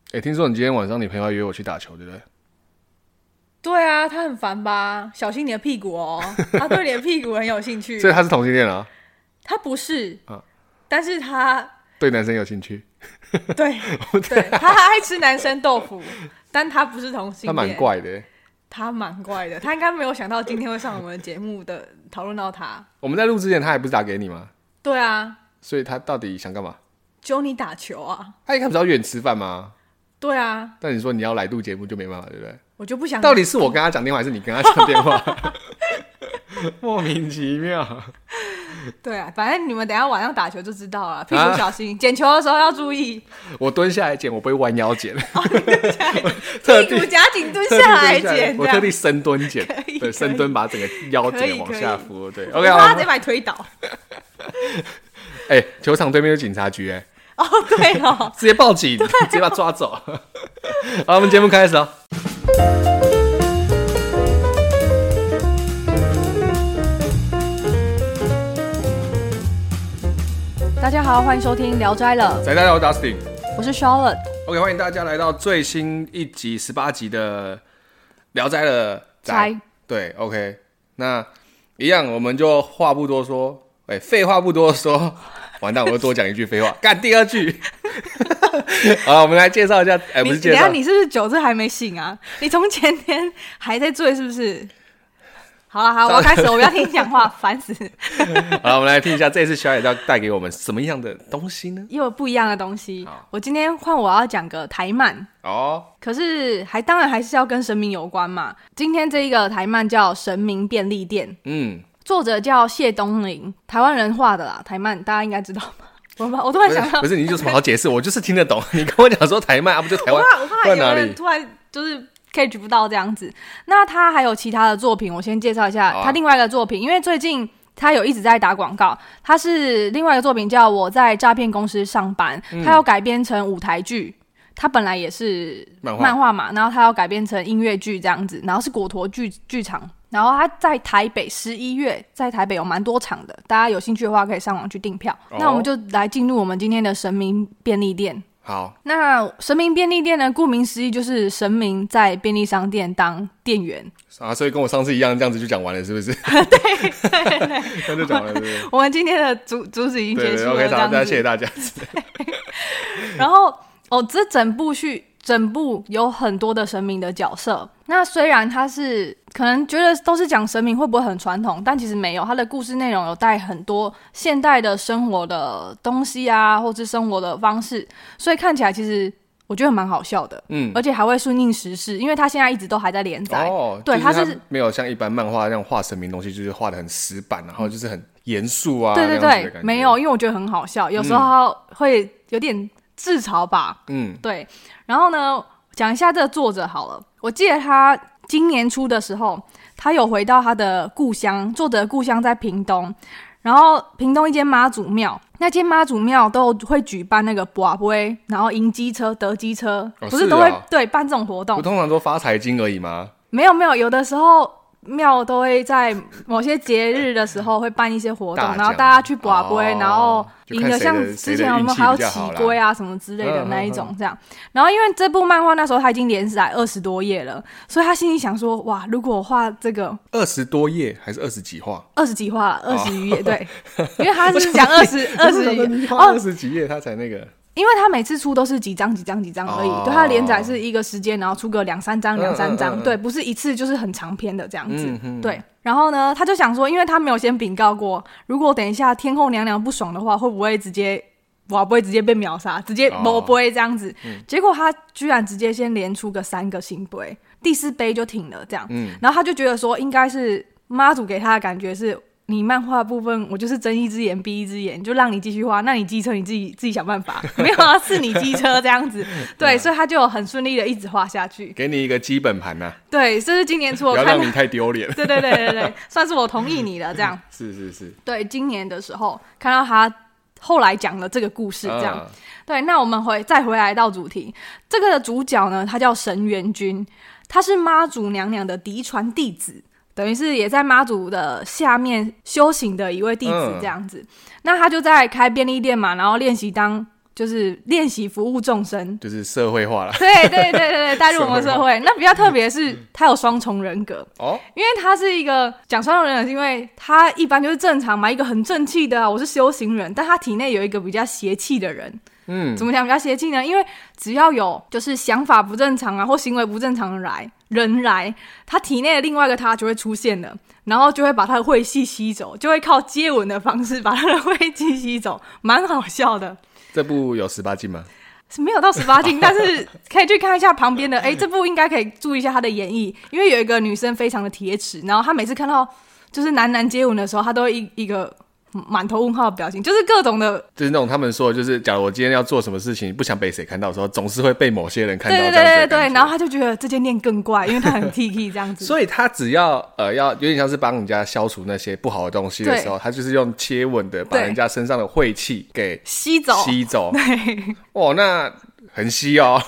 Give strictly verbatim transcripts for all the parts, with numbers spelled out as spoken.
欸，听说你今天晚上你朋友要约我去打球，对不对？ 对啊，他很烦吧？小心你的屁股哦，他对你的屁股很有兴趣。 所以他是同性恋啊？ 他不是， 啊， 但是他对男生有兴趣。 对对，他还爱吃男生豆腐，但他不是同性恋。 他蛮怪的。 他蛮怪的，他应该没有想到今天会上我们的节目的讨论到他。 我们在录之前他还不是打给你吗？ 对啊， 所以他到底想干嘛？ 揪你打球啊？ 他一开始要约你吃饭吗？ 对啊， 但你说你要来录节目就没办法，对不对？我就不想。 到底是我跟他讲电话，还是你跟他讲电话？莫名其妙。 对啊，反正你们等一下晚上打球就知道了，屁股小心，捡、啊、球的时候要注意。 我蹲下来捡，我不会弯腰捡。 哦，屁股夹紧蹲下来捡， 我特地深蹲捡，对，深蹲把整个腰整个往下扶。对 ，OK， 他直接把你推倒。 哎、欸，球场对面有警察局、欸，哎。 哦，对哦， 直接报警，直接把他抓走。好，我们节目开始哦。 大家好，欢迎收听《聊斋了》。 大家好，我是 Dustin， 我是 Charlotte。 OK， 欢迎大家来到最新一集十八集的《聊斋了》 斋。 对 ，OK， 那一样，我们就话不多说，哎、欸，废话不多说。完蛋，我又多讲一句废话，干第二句。好，我们来介绍一下，哎、欸，不是介绍， 等一下你是不是酒字还没醒啊？你从前天还在醉是不是？好了，好，我要开始，我不要听你讲话，烦死。 好了，我们来听一下这次小野要带给我们什么样的东西呢？ 又有不一样的东西。我今天换我要讲个台漫哦， 可是还当然还是要跟神明有关嘛。今天这一个台漫叫《神明便利店》，嗯。作者叫谢东霖，台湾人画的啦，台漫大家应该知道吧？我我突然想到， 不是你有什么好解释？我就是听得懂。你跟我讲说台漫啊，不就台湾？ 我怕我怕有人突然就是catch不到这样子。那他还有其他的作品，我先介绍一下他另外一个作品，因为最近他有一直在打广告。他是另外一个作品叫《我在诈骗公司上班》，他要改编成舞台剧。他本来也是漫画嘛，然后他要改编成音乐剧这样子，然后是果陀剧剧场。然后他在台北十一月在台北有蛮多场的，大家有兴趣的话可以上网去订票。哦、那我们就来进入我们今天的神明便利店。 好， 那神明便利店呢，顾名思义就是神明在便利商店当店员啊，所以跟我上次一样，这样子就讲完了，是不是？ 对对对， 那就讲完了，是不是？ 我们今天的主主旨已经结束了。 对对 OK， 好，谢谢大家。 然后哦，这整部剧。整部有很多的神明的角色，那虽然他是可能觉得都是讲神明会不会很传统，但其实没有，他的故事内容有带很多现代的生活的东西啊，或是生活的方式，所以看起来其实我觉得蛮好笑的，嗯，而且还会顺应时事，因为他现在一直都还在连载， 哦，对，他是没有像一般漫画那样画神明东西，就是画得很死板，然后就是很严肃啊， 对对对，没有，因为我觉得很好笑，有时候会有点自嘲吧，嗯，对。然后呢，讲一下这个作者好了。我记得他今年初的时候，他有回到他的故乡，作者的故乡在屏东。然后屏东一间妈祖庙，那间妈祖庙都会举办那个拔杯，然后迎机车、得机车， 哦、 不是都会、 哦、 对办这种活动？ 不通常都发财金而已吗？ 没有没有，有的时候。庙都会在某些节日的时候会办一些活动，然后大家去拔杯、哦，然后赢的像之前我们还有起龟啊什么之类的那一种这样。然后因为这部漫画那时候他已经连载二十多页了，所以他心里想说：哇，如果我画这个二十多页还是二十几画？ 二十几画，二十余页，对，因为他是讲二十二十页， 二十几页他才那个。 因为他每次出都是几张几张几张而已，哦、对，他连载是一个时间，然后出个两三张两三张，对，不是一次就是很长篇的这样子，嗯、对。然后呢，他就想说，因为他没有先禀告过，如果等一下天后娘娘不爽的话，会不会直接我不会直接被秒杀，直接没杯这样子、哦嗯？结果他居然直接先连出个三个新杯，第四杯就停了这样，嗯、然后他就觉得说，应该是妈祖给他的感觉是。你漫画部分我就是睁一只眼闭一只眼，就让你继续画，那你机车你自己自己想办法，没有啊，是你机车这样子，对，所以他就很顺利的一直画下去， 给你一个基本盘啊， 对，这是今年初我看，不要让你太丢脸， 对对对对对，算是我同意你了，这样， 是是是， 对，今年的时候看到他后来讲了这个故事，这样，啊、对，那我们回再回来到主题，这个的主角呢，他叫神元君，他是妈祖娘娘的嫡传弟子。等于是也在妈祖的下面修行的一位弟子这样子、嗯、那他就在开便利店嘛，然后练习当就是练习服务众生， 就是社会化了。 对对对对对，带入我们社会。那比较特别的是，他有双重人格哦，因为他是一个讲双重人格，是因为他一般就是正常嘛，一个很正气的、啊，我是修行人，但他体内有一个比较邪气的人。嗯，怎么讲比较邪气呢？因为只要有就是想法不正常啊，或行为不正常的来人来，他体内的另外一个他就会出现了，然后就会把他的晦气吸走，就会靠接吻的方式把他的晦气吸走，蛮好笑的。 这部有十八禁吗？ 是没有到十八禁，但是可以去看一下旁边的。哎，这部应该可以注意一下他的演绎，因为有一个女生非常的铁齿，然后她每次看到就是男男接吻的时候，她都会一一个满头问号的表情，就是各种的， 就是那种他们说，就是假如我今天要做什么事情，不想被谁看到的时候，总是会被某些人看到。 对对对对对，然后他就觉得这间店更怪，因为他很 T K 这样子。 所以他只要呃要有点像是帮人家消除那些不好的东西的时候，他就是用接吻的把人家身上的晦气给吸走， 吸走。 对， 哦，那很吸哦。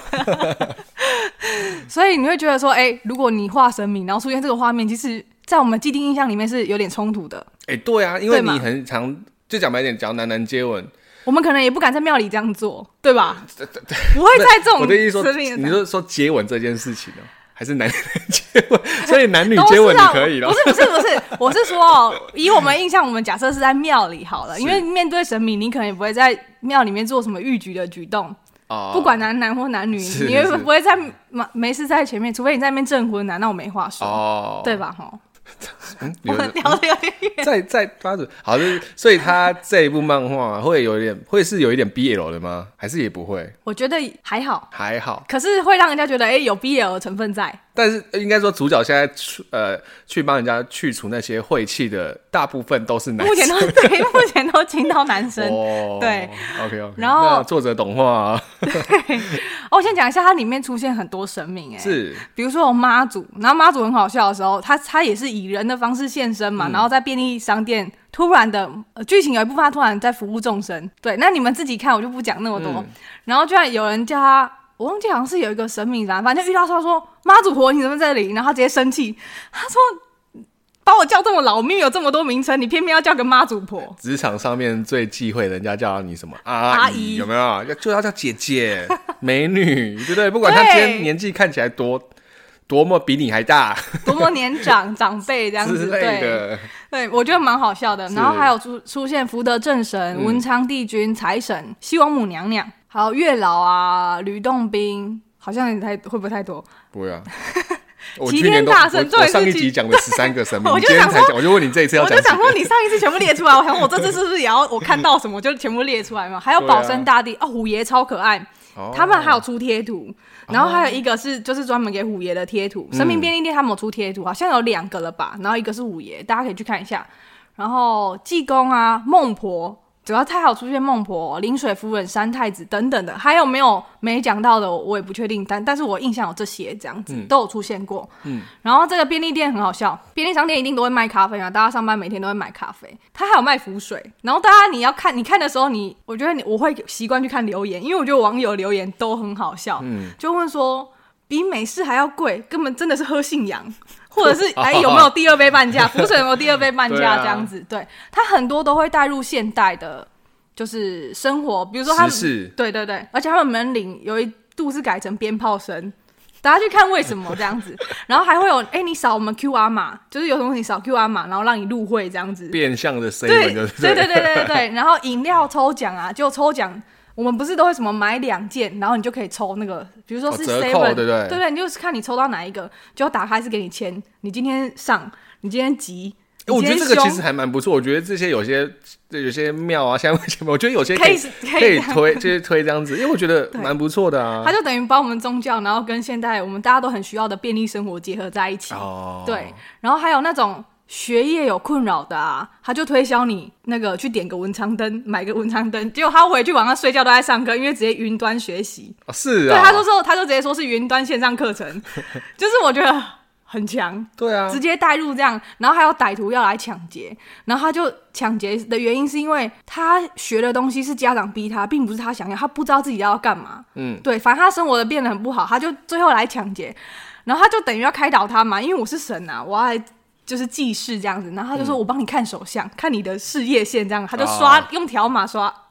所以你会觉得说，哎、欸，如果你画神明，然后出现这个画面，其实在我们既定印象里面是有点冲突的。 哎、欸，对啊，因为你很常就讲白点，讲男男接吻， 我们可能也不敢在庙里这样做，对吧？不会在这种我的意思说，你说说接吻这件事情呢、喔，还是男男接吻？所以男女接吻你可以了、 啊？不是不是不是，我是说哦，以我们印象，我们假设是在庙里好了，因为面对神明，你可能也不会在庙里面做什么逾矩的举动。哦、不管男男或男女，你也不会在没事在前面，除非你在那边证婚啊，那我没话说，哦、对吧？哈。 嗯， 我们聊得有点远。 在在抓住好，就是所以他这一部漫画会有一点，会是有一点 B L 的吗？还是也不会？ 我觉得还好， 还好。 可是会让人家觉得，哎、欸，有 B L 的成分在。 但是应该说，主角现在呃去帮人家去除那些晦气的，大部分都是男生。 目前都对，目前都听到男生。哦，对 ，OK OK。 然后作者懂话、啊。 对，哦，我先讲一下，它里面出现很多神明、欸，哎， 是， 比如说有妈祖，然后妈祖很好笑的时候，他他也是以人的方式现身嘛，嗯、然后在便利商店突然的剧、呃、情有一部分他突然在服务众生。对，那你们自己看，我就不讲那么多。嗯、然后居然有人叫他。我忘记好像是有一个神明然反正就遇到他说妈祖婆你怎么在这里，然后他直接生气，他说把我叫这么老，我明明有这么多名称，你偏偏要叫个妈祖婆。 职场上面最忌讳人家叫你什么阿姨，有没有？就要叫姐姐美女，对不对？不管他今天年纪看起来多多么比你还大， 多么年长长辈这样子之类的， 对，我觉得蛮好笑的。然后还有出出现福德正神、嗯、文昌帝君、财神、西王母娘娘，还有月老啊、吕洞宾，好像太会不会太多？ 不会啊。 齐天大圣， 我, 我上一集讲的十三个神明，我今天才讲，我就问你这一次要讲， 我就想说你上一次全部列出来，我想我这次是不是也要我看到什么就全部列出来嘛？还有保生大帝、啊、哦，虎爷超可爱，哦、他们还有出贴图，然后还有一个是就是专门给虎爷的贴图，神明便利店他们有出贴图，好像有两个了吧？然后一个是虎爷，大家可以去看一下。然后济公啊、孟婆。主要太好出现孟婆、临水夫人、三太子等等的，还有没有没讲到的我也不确定，但但是我印象有这些这样子、嗯、都有出现过。嗯，然后这个便利店很好笑，便利商店一定都会卖咖啡嘛，大家上班每天都会买咖啡，它还有卖符水。然后大家你要看你看的时候你，我觉得你我会习惯去看留言，因为我觉得网友留言都很好笑，嗯，就问说比美式还要贵，根本真的是喝信仰。或者是哎、欸、有没有第二杯半价？浮水有没有第二杯半价？这样子，对，他很多都会带入现代的，就是生活，比如说他们，对对对，而且他们门铃有一度是改成鞭炮声，大家去看为什么这样子。然后还会有哎、欸，你扫我们 Q R 码，就是有什么你扫 Q R 码，然后让你入会这样子， 变相的 seven 就是对对对对对对。然后饮料抽奖啊，就抽奖。我们不是都会什么买两件，然后你就可以抽那个，比如说是 seven、哦、对不对？对对，你就是看你抽到哪一个，就打开是给你签。你今天上，你今天急， 欸、我觉得这个其实还蛮不错。我觉得这些有些有些庙啊，像我觉得有些可以可以, 可以推，就是推这样子，因为我觉得蛮不错的啊。它就等于把我们宗教，然后跟现代我们大家都很需要的便利生活结合在一起。哦，对，然后还有那种。学业有困扰的啊，他就推销你那个去点个文昌灯，买个文昌灯，结果他回去晚上睡觉都在上课，因为直接云端学习。哦，是啊， 对，他就说他就直接说是云端线上课程，就是我觉得很强。 对啊， 直接带入这样，然后还有歹徒要来抢劫，然后他就抢劫的原因是因为他学的东西是家长逼他，并不是他想要，他不知道自己要干嘛。嗯，对，反正他生活的变得很不好，他就最后来抢劫，然后他就等于要开导他嘛，因为我是神啊，我要来。就是记事这样子，然后他就说我帮你看手相、嗯、看你的事业线这样，他就刷、哦、用条码刷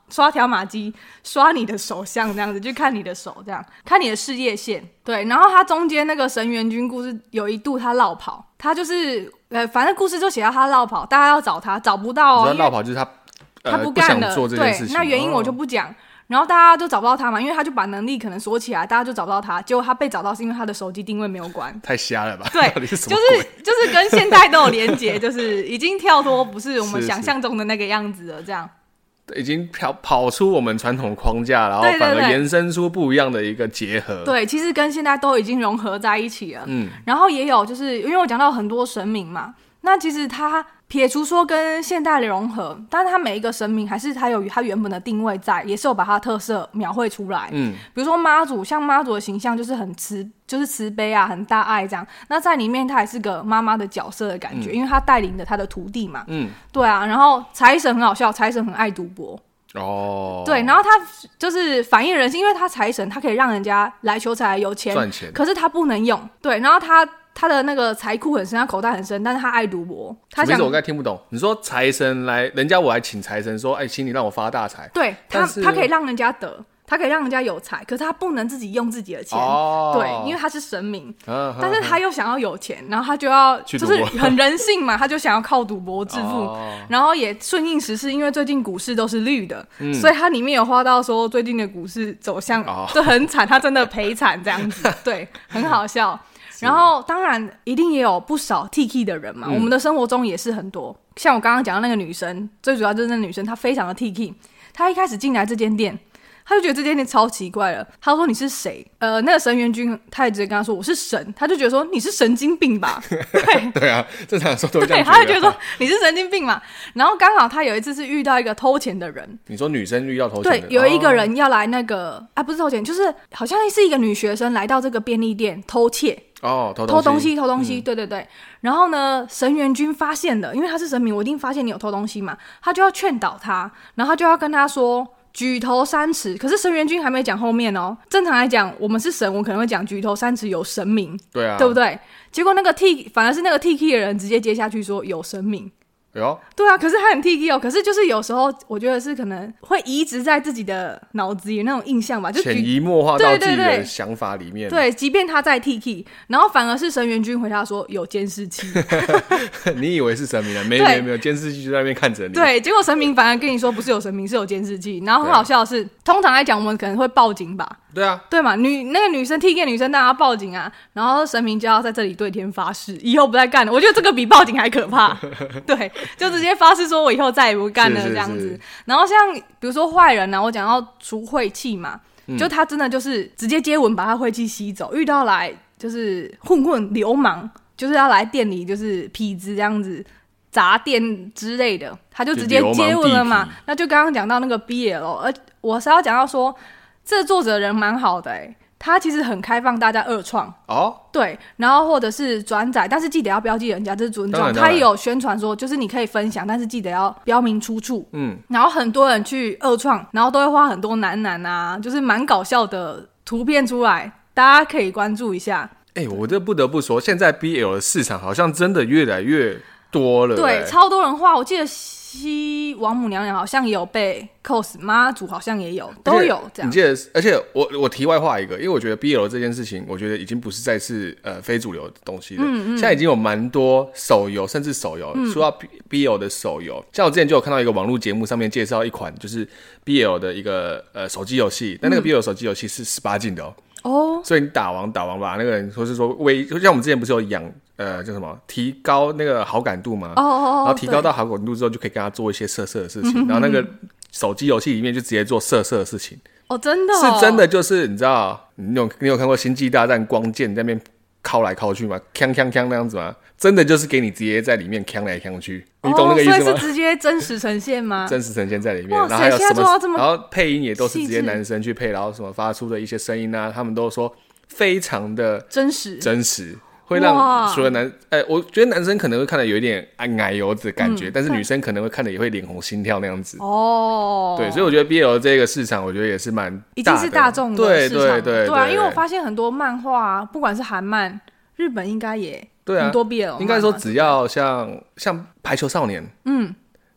刷条码机刷你的手相这样子，去看你的手这样，看你的事业线。对，然后他中间那个神元君故事有一度他落跑，他就是呃，反正故事就写到他落跑，大家要找他找不到哦。 落跑就是他、呃、 他不干了， 不想做这件事情。 对，那原因我就不讲。哦，然后大家就找不到他嘛，因为他就把能力可能锁起来，大家就找不到他。结果他被找到是因为他的手机定位没有关， 太瞎了吧？ 对， 到底是什么就是就是跟现代都有连结，就是已经跳脱不是我们想象中的那个样子了，这样。 已经跑跑出我们传统框架，然后反而延伸出不一样的一个结合。 对，其实跟现在都已经融合在一起了。嗯，然后也有就是因为我讲到很多神明嘛，那其实他撇除说跟现代的融合，但是他每一个神明还是他有他原本的定位在，也是有把他的特色描绘出来。嗯，比如说妈祖，像妈祖的形象就是很慈，就是慈悲啊，很大爱这样。那在里面他也是个妈妈的角色的感觉，嗯，因为他带领着他的徒弟嘛。嗯，对啊。然后财神很好笑，财神很爱赌博。哦，对，然后他就是反映人性，因为他财神，他可以让人家来求财有钱赚钱， 可是他不能用。对，然后他他的那个财库很深，他口袋很深，但是他爱赌博。他想， 什么意思？我刚才听不懂。你说财神来，人家我来请财神说，哎，请你让我发大财。 对，他他可以让人家得。他可以让人家有财，可是他不能自己用自己的钱。哦，对，因为他是神明。啊，但是他又想要有钱，然后他就要就是很人性嘛，他就想要靠赌博致富。哦，然后也顺应时事，因为最近股市都是绿的。嗯，所以他里面有画到说最近的股市走向就很惨，他真的赔惨这样子。对，很好笑。然后当然一定也有不少 T K 的人嘛，嗯，我们的生活中也是很多。像我刚刚讲的那个女生，最主要就是那女生她非常的 T K， 她一开始进来这间店，他就觉得这间店超奇怪了。他说你是谁？呃，那个神元君他也直接跟他说我是神，他就觉得说你是神经病吧？对对啊，正常说都这样觉得。 对，他就觉得说你是神经病嘛。然后刚好他有一次是遇到一个偷钱的人。 你说女生遇到偷钱的人？ 对，有一个人要来那个、哦、啊，不是偷钱，就是好像是一个女学生来到这个便利店偷窃。 哦，偷偷东西，偷东西，嗯，对对对。然后呢，神元君发现了，因为他是神明，我一定发现你有偷东西嘛，他就要劝导他，然后他就要跟他说。举头三尺，可是神元君还没讲后面哦。正常来讲，我们是神，我可能会讲举头三尺有神明， 对啊， 对不对？结果那个 T 反而是那个 T K 的人直接接下去说有神明。 哎呦， 对啊，可是他很 T K 哦，可是就是有时候我觉得是可能会移植在自己的脑子里那种印象吧，就潜移默化到自己的想法里面。 对，对，对，即便他在 T K， 然后反而是神元君回答说有监视器。 你以为是神明啊？没有没有没有，监视器就在那边看着你。 对，结果神明反而跟你说不是有神明，是有监视器。然后很好笑的是，通常来讲我们可能会报警吧。 对啊， 对嘛，女那个女生 T K 女生，大家报警啊，然后神明就要在这里对天发誓，以后不再干了。我觉得这个比报警还可怕。对，就直接发誓说我以后再也不干了这样子。是是是，然后像比如说坏人啊，我讲到除晦气嘛，嗯，就他真的就是直接接吻把他晦气吸走，遇到来就是混混流氓，就是要来店里就是痞子这样子。砸店之类的，他就直接接吻了嘛。那就刚刚讲到那个 B L， 而我是要讲到说，这作者人蛮好的哎，欸，他其实很开放大家二创哦，对，然后或者是转载，但是记得要标记人家，这是尊重。他也有宣传说，就是你可以分享，但是记得要标明出处。嗯，然后很多人去二创，然后都会画很多男男啊，就是蛮搞笑的图片出来，大家可以关注一下。 哎，欸，我这不得不说，现在 B L 的市场好像真的越来越多了， 对，超多人画。我记得西王母娘娘好像也有被 cos， 妈祖好像也有，都有这样。 你记得？而且我我题外话一个，因为我觉得 B L 这件事情，我觉得已经不是再是呃非主流的东西了。嗯嗯。现在已经有蛮多手游，甚至手游，嗯，说到 B L 的手游，像我之前就有看到一个网络节目上面介绍一款就是 B L 的一个呃手机游戏，但那个 B L 手机游戏是十八禁的哦。哦，所以你打王打王吧，那个人说是说微，就像我们之前不是有养呃叫什么提高那个好感度吗？哦哦哦，然后提高到好感度之后，就可以跟他做一些色色的事情，然后那个手机游戏里面就直接做色色的事情。 哦，真的哦， 是真的，就是你知道，你有你有看过《星际大战》光剑在那边敲来敲去吗？锵锵锵那样子吗？真的就是给你直接在里面锵来锵去，你懂那个意思吗？ 哦，所以是直接真实呈现吗？ 真实呈现在里面，然后还有什么？然后配音也都是直接男生去配，然后什么发出的一些声音啊，他们都说非常的真实， 真实。会让所有男，呃，我觉得男生可能会看的有一点奶油的感觉，嗯，但是女生可能会看的也会脸红心跳那样子。哦，对，所以我觉得 B L 这个市场，我觉得也是蛮大的， 已经是大众的市场。 对对 对, 对, 对啊，因为我发现很多漫画，啊，不管是韩漫，日本应该也很多 B L， 对啊，应该说只要像像排球少年，嗯。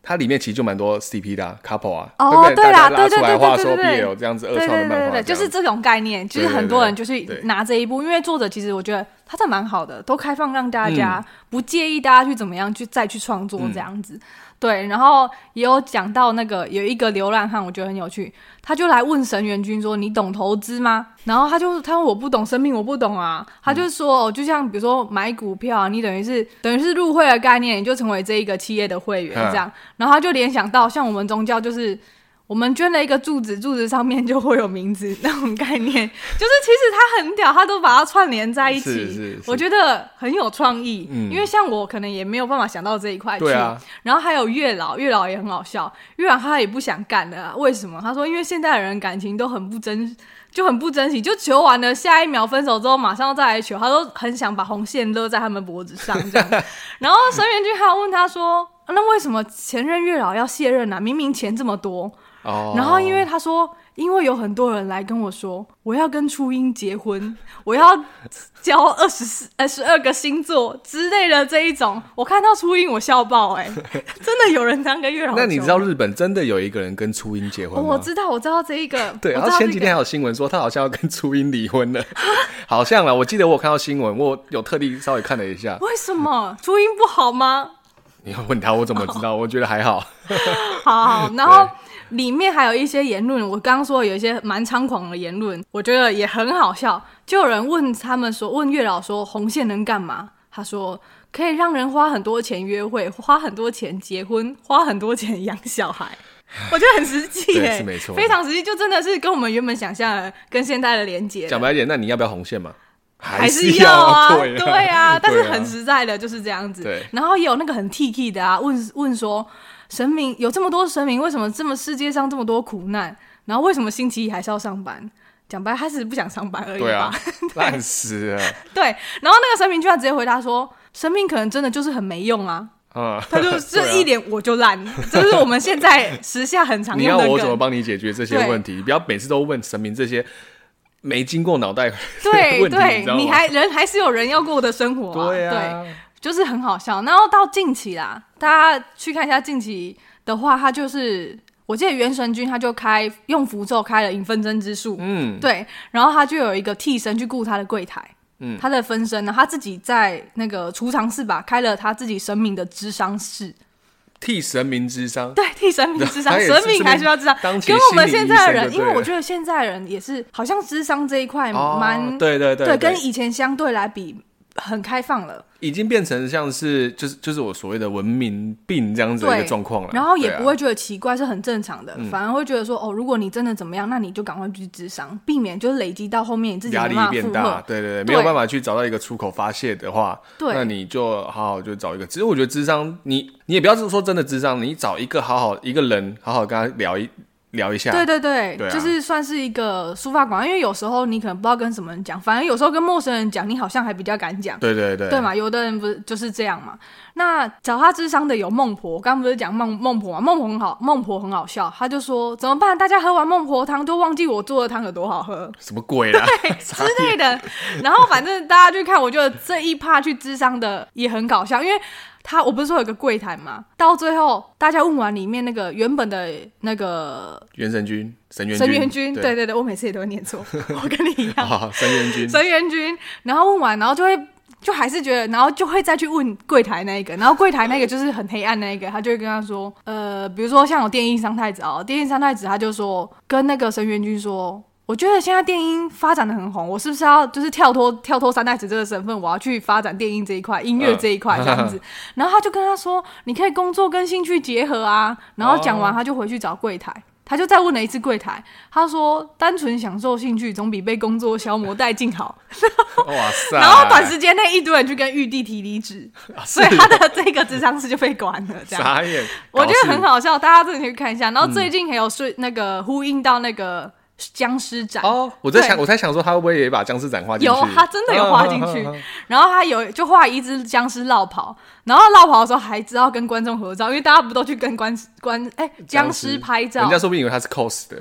它里面其实就蛮多 C P 的、啊、couple 啊， 哦， 对不对？ 对啦， 大家拉出来画说对 B 对 L 这样子二对创的漫画， 对对对，就是这种概念，就是很多人就是拿这一部，因为作者其实我觉得他这蛮好的，都开放让大家、嗯、不介意大家去怎么样去再去创作这样子。嗯对，然后也有讲到那个有一个流浪汉，我觉得很有趣，他就来问神元君说：“你懂投资吗？”然后他就他说：“我不懂生命，我不懂啊。”他就说：“哦，就像比如说买股票啊，你等于是等于是入会的概念，你就成为这一个企业的会员这样。”然后他就联想到像我们宗教就是。我们捐了一个柱子，柱子上面就会有名字那种概念，就是其实他很屌，他都把它串联在一起， 是是是我觉得很有创意、嗯。因为像我可能也没有办法想到这一块去。 对啊。 然后还有月老，月老也很好笑，月老他也不想干了、啊，为什么？他说因为现在的人感情都很不珍，就很不珍惜，就求完了，下一秒分手之后马上再来求，他都很想把红线勒在他们脖子上这样。然后神元君还有问他说，那为什么前任月老要卸任啊？明明钱这么多。Oh. 然后因为他说因为有很多人来跟我说我要跟初音结婚，我要交二十四呃十二个星座之类的这一种，我看到初音我笑爆哎、欸，真的有人这样跟月老。 那你知道日本真的有一个人跟初音结婚吗？ oh, 我知道我知道这一个。 对，然后前几天还有新闻说他好像要跟初音离婚了好像啦，我记得我有看到新闻，我有特地稍微看了一下。 为什么初音不好吗？ 你要问他我怎么知道、oh. 我觉得还好好好，然后里面还有一些言论，我刚刚说有一些蛮猖狂的言论，我觉得也很好笑。就有人问他们说，问月老说红线能干嘛？他说可以让人花很多钱约会，花很多钱结婚，花很多钱养小孩。我觉得很实际耶、欸， 是没错， 非常实际，就真的是跟我们原本想象的跟现在的连结。 讲白一点，那你要不要红线嘛？ 还是要啊，对 啊, 对啊，但是很实在的就是这样子。 对， 然后也有那个很 T K 的啊，问问说神明有这么多神明，为什么这么世界上这么多苦难？然后为什么星期一还是要上班？讲白，他只是不想上班而已吧。 对啊，烂死了。 对，然后那个神明居然直接回答说，生命可能真的就是很没用啊。嗯、他就这一脸我就烂，这是我们现在时下很常用的梗。 你要我怎么帮你解决这些问题？不要每次都问神明这些没经过脑袋的问题， 对对， 你你还人还是有人要过的生活、啊。 对啊， 对，就是很好笑。然后到近期啦，大家去看一下近期的话，他就是我记得元神君他就开用符咒开了影分身之术，嗯，对，然后他就有一个替身去顾他的柜台。嗯，他的分身呢，他自己在那个储藏室吧开了他自己神明的咨商室， 替神明咨商， 对，替神明咨商，神明还是要咨商，跟我们现在的人，因为我觉得现在人也是好像咨商这一块蛮、 哦，对对 对, 对, 对，跟以前相对来比很开放了， 已经变成像是就是就是我所谓的文明病这样子的一个状况了， 然后也不会觉得奇怪，是很正常的，嗯、反而会觉得说哦，如果你真的怎么样，那你就赶快去諮商，避免就是累积到后面你自己没办法压力变大，对对 对, 对，没有办法去找到一个出口发泄的话，对，那你就好好就找一个。其实我觉得諮商，你你也不要说真的諮商，你找一个好好一个人，好好跟他聊一。聊一下， 对对 对, 对、啊， 就是算是一个抒发管道，因为有时候你可能不知道跟什么人讲，反而有时候跟陌生人讲，你好像还比较敢讲， 对对对， 对嘛，有的人不是就是这样嘛。那找他諮商的有孟婆，刚刚不是讲孟孟婆嘛，孟婆很好，孟婆很好笑，他就说怎么办？大家喝完孟婆汤都忘记我做的汤有多好喝， 什么鬼啦， 对之类的。然后反正大家去看，我觉得这一趴去諮商的也很搞笑，因为。他我不是说有个柜台嘛，到最后大家问完里面那个原本的那个元神君神元君神元君，对对对，我每次也都会念错，我跟你一样， 好神元君神元君，然后问完，然后就会就还是觉得，然后就会再去问柜台那一个，然后柜台那个就是很黑暗那一个，他就会跟他说，呃，比如说像有电音三太子哦，电音三太子他就说跟那个神元君说。我觉得现在电音发展的很红，我是不是要就是跳脱跳脱三太子这个身份，我要去发展电音这一块，音乐这一块这样子。呃、然后他就跟他说：“你可以工作跟兴趣结合啊。”然后讲完，他就回去找柜台，哦、他就再问了一次柜台，他说：“单纯享受兴趣总比被工作消磨殆尽好。” 哇塞！ 然后短时间内一堆人去跟玉帝提离职，啊、所以他的这个諮商室就被关了。这样， 傻眼， 我觉得很好笑，大家真的可以去看一下。然后最近还有睡那个呼应到那个。僵尸展哦，我在想，我在想说他会不会也把僵尸展画进去？ 有，他真的有画进去。然后他有就画一只僵尸落跑，然后落跑的时候还知道跟观众合照，因为大家不都去跟观观哎僵尸拍照？ 人家说不定以为他是 cos 的。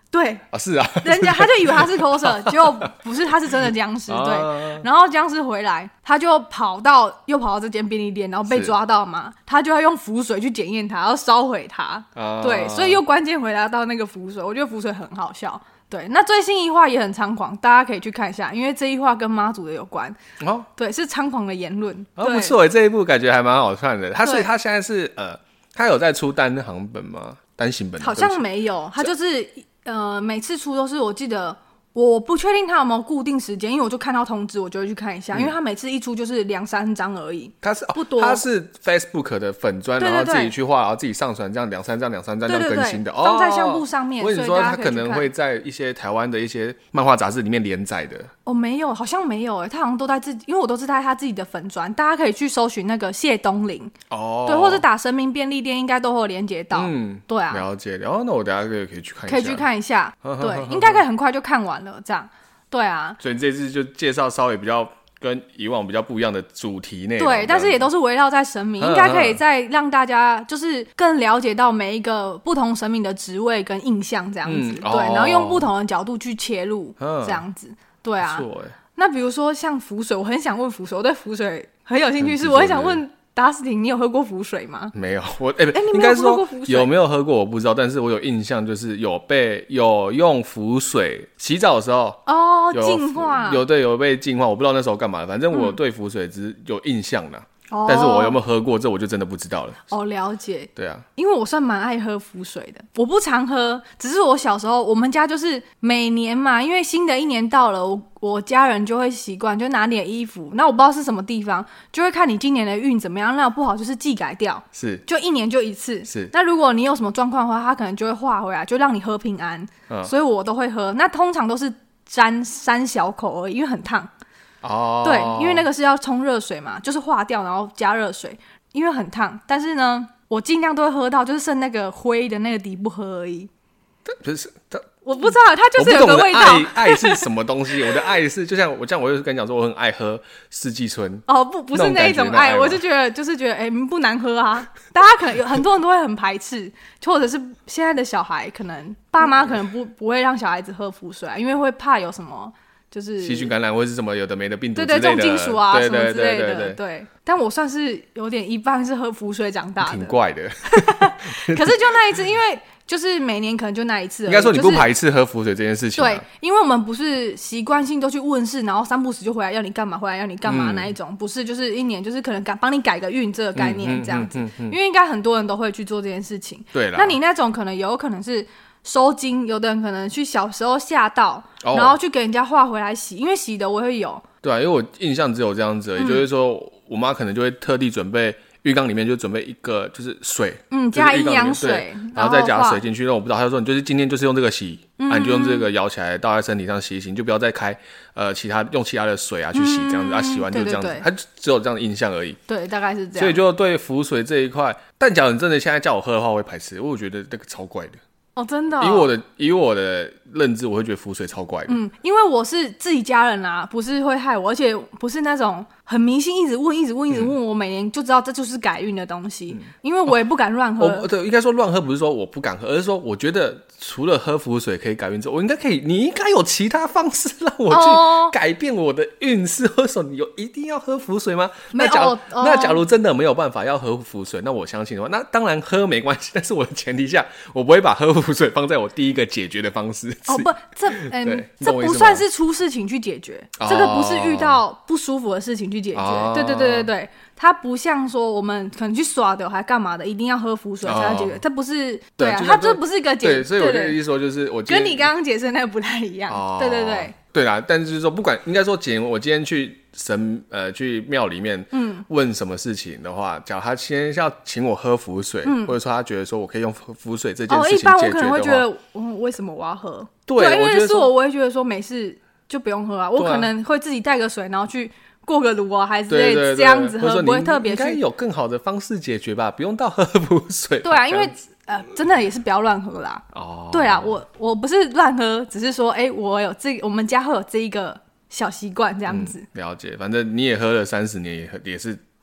对啊，是啊， 人家他就以为他是 coser， 结果不是，他是真的僵尸。对， 啊、 然后僵尸回来，他就跑到又跑到这间便利店，然后被抓到嘛，他就要用符水去检验它，要烧毁它。啊、对，所以又关键回来到那个符水，我觉得符水很好笑。对，那最新一话也很猖狂，大家可以去看一下，因为这一话跟妈祖的有关。哦，对，是猖狂的言论。 哦，不错，这一部感觉还蛮好看的。他所以他现在是呃，他有在出单行本吗？单行本？ 好像没有，他就是。呃，每次出都是我记得，我不确定他有没有固定时间，因为我就看到通知，我就会去看一下，嗯、因为他每次一出就是两三张而已， 他是不多， 他是 Facebook 的粉专，然后自己去画，然后自己上传，这样两三张、两三张这样更新的， 对对对，放在相簿上面。 我跟你说，他可能会在一些台湾的一些漫画杂志里面连载的。 哦，没有，好像没有诶，他好像都在自己，因为我都是在他自己的粉专，大家可以去搜寻那个谢东霖哦，对，或者打神明便利店，应该都会有连结到。嗯，对啊， 了解。然后那我等一下可以可以去看一下， 可以去看一下，对，应该可以很快就看完了，这样。对啊， 所以这次就介绍稍微比较跟以往比较不一样的主题内容， 对，但是也都是围绕在神明，应该可以再让大家就是更了解到每一个不同神明的职位跟印象这样子，嗯、对，哦、然后用不同的角度去切入这样子，对啊。那比如说像符水，我很想问符水，我对符水很有兴趣，是我很想问达斯汀，你有喝过符水吗？ 没有，我哎、欸欸，应该说有没有喝过我不知道，但是我有印象，就是有被有用符水洗澡的时候哦，净化有对有被净化，我不知道那时候干嘛，反正我对符水只有印象啦。嗯、但是我有没有喝过，这我就真的不知道了。 哦，了解。 对啊， 因为我算蛮爱喝符水的，我不常喝，只是我小时候我们家就是每年嘛，因为新的一年到了，我我家人就会习惯就拿你的衣服，那我不知道是什么地方，就会看你今年的运怎么样，那不好就是寄改掉， 是， 就一年就一次。 是， 那如果你有什么状况的话，他可能就会化回来，就让你喝平安。嗯，所以我都会喝。那通常都是沾三小口而已，因为很烫。哦，对，因为那个是要冲热水嘛，就是化掉然后加热水，因为很烫。但是呢，我尽量都会喝到，就是剩那个灰的那个底不喝而已。 不是， 我不知道，它就是有个味道。 爱, 爱是什么东西？我的爱是就像我这样，我就跟你讲说，我很爱喝四季春。 哦，不，不是那一种爱，我就觉得就是觉得，哎、欸，不难喝啊。大家可能有很多人都会很排斥，或者是现在的小孩，可能爸妈可能不不会让小孩子喝符水啊，因为会怕有什么。就是细菌感染或是什么有的没的病毒之类的， 对对，重金属啊对什么之类的， 对对对对对。但我算是有点一半是喝符水长大的， 挺怪的。 可是就那一次，因为就是每年可能就那一次而已， 应该说你不排斥喝符水这件事情、啊就是。对，因为我们不是习惯性都去问事，然后三不时就回来要你干嘛，回来要你干嘛那一种，嗯、不是就是一年就是可能帮你改个运这个概念这样子、嗯嗯嗯嗯嗯。因为应该很多人都会去做这件事情。 对啦， 那你那种可能有可能是。收金，有的人可能去小时候吓到、哦，然后去给人家画回来洗，因为洗的我会有。 对啊，因为我印象只有这样子而已、嗯，就是说我妈可能就会特地准备浴缸里面就准备一个就是水， 嗯，加营养水， 然后再加水进去。那我不知道，她就说你就是今天就是用这个洗，嗯、啊，你就用这个舀起来倒在身体上洗一洗，你就不要再开呃其他用其他的水啊去洗这样子、嗯、啊，洗完就这样子，她只有这样的印象而已。 对，大概是这样。 所以就对符水这一块，但假如你真的现在叫我喝的话，我会排斥，因为我觉得那个超怪的。 哦，真的、哦。 以我的以我的认知，我会觉得符水超怪的。 嗯，因为我是自己家人啊，不是会害我，而且不是那种很迷信，一直问、一直问、一直问、嗯，我每年就知道这就是改运的东西、嗯，因为我也不敢乱喝。 哦，对，应该说乱喝不是说我不敢喝，而是说我觉得除了喝符水可以改运之后，我应该可以，你应该有其他方式让我去改变我的运势。为什么你有一定要喝符水吗？那假如、哦、那假如真的没有办法要喝符水，那我相信的话，那当然喝没关系，但是我的前提下，我不会把喝符水放在我第一个解决的方式。 哦，不，这嗯，这不算是出事情去解决，这个不是遇到不舒服的事情去解决。哦、对对对对对，它不像说我们可能去耍的还干嘛的，一定要喝符水才要解决，哦、这不是对啊，它这不是一个解决。 对，所以我的意思说就是我跟你刚刚解释那个不太一样。哦、对对对。 对啦，但是就是说，不管应该说，姐，我今天去神呃去庙里面，嗯，问什么事情的话，假如他先要请我喝符水、嗯，或者说他觉得说我可以用符水这件事情解决的话，哦，一般我可能会觉得， 嗯，为什么我要喝？ 对， 对因为是我，我会觉得说没事就不用喝啊，我可能会自己带个水，然后去过个炉啊，还是这样子喝，不会特别去。 应该有更好的方式解决吧，不用到喝符水。 对啊，因为。呃，真的也是不要乱喝啦。哦，对啊，我我不是乱喝，只是说，哎、欸，我有这，我们家会有这一个小习惯，这样子、 嗯。了解，反正你也喝了三十年，也也是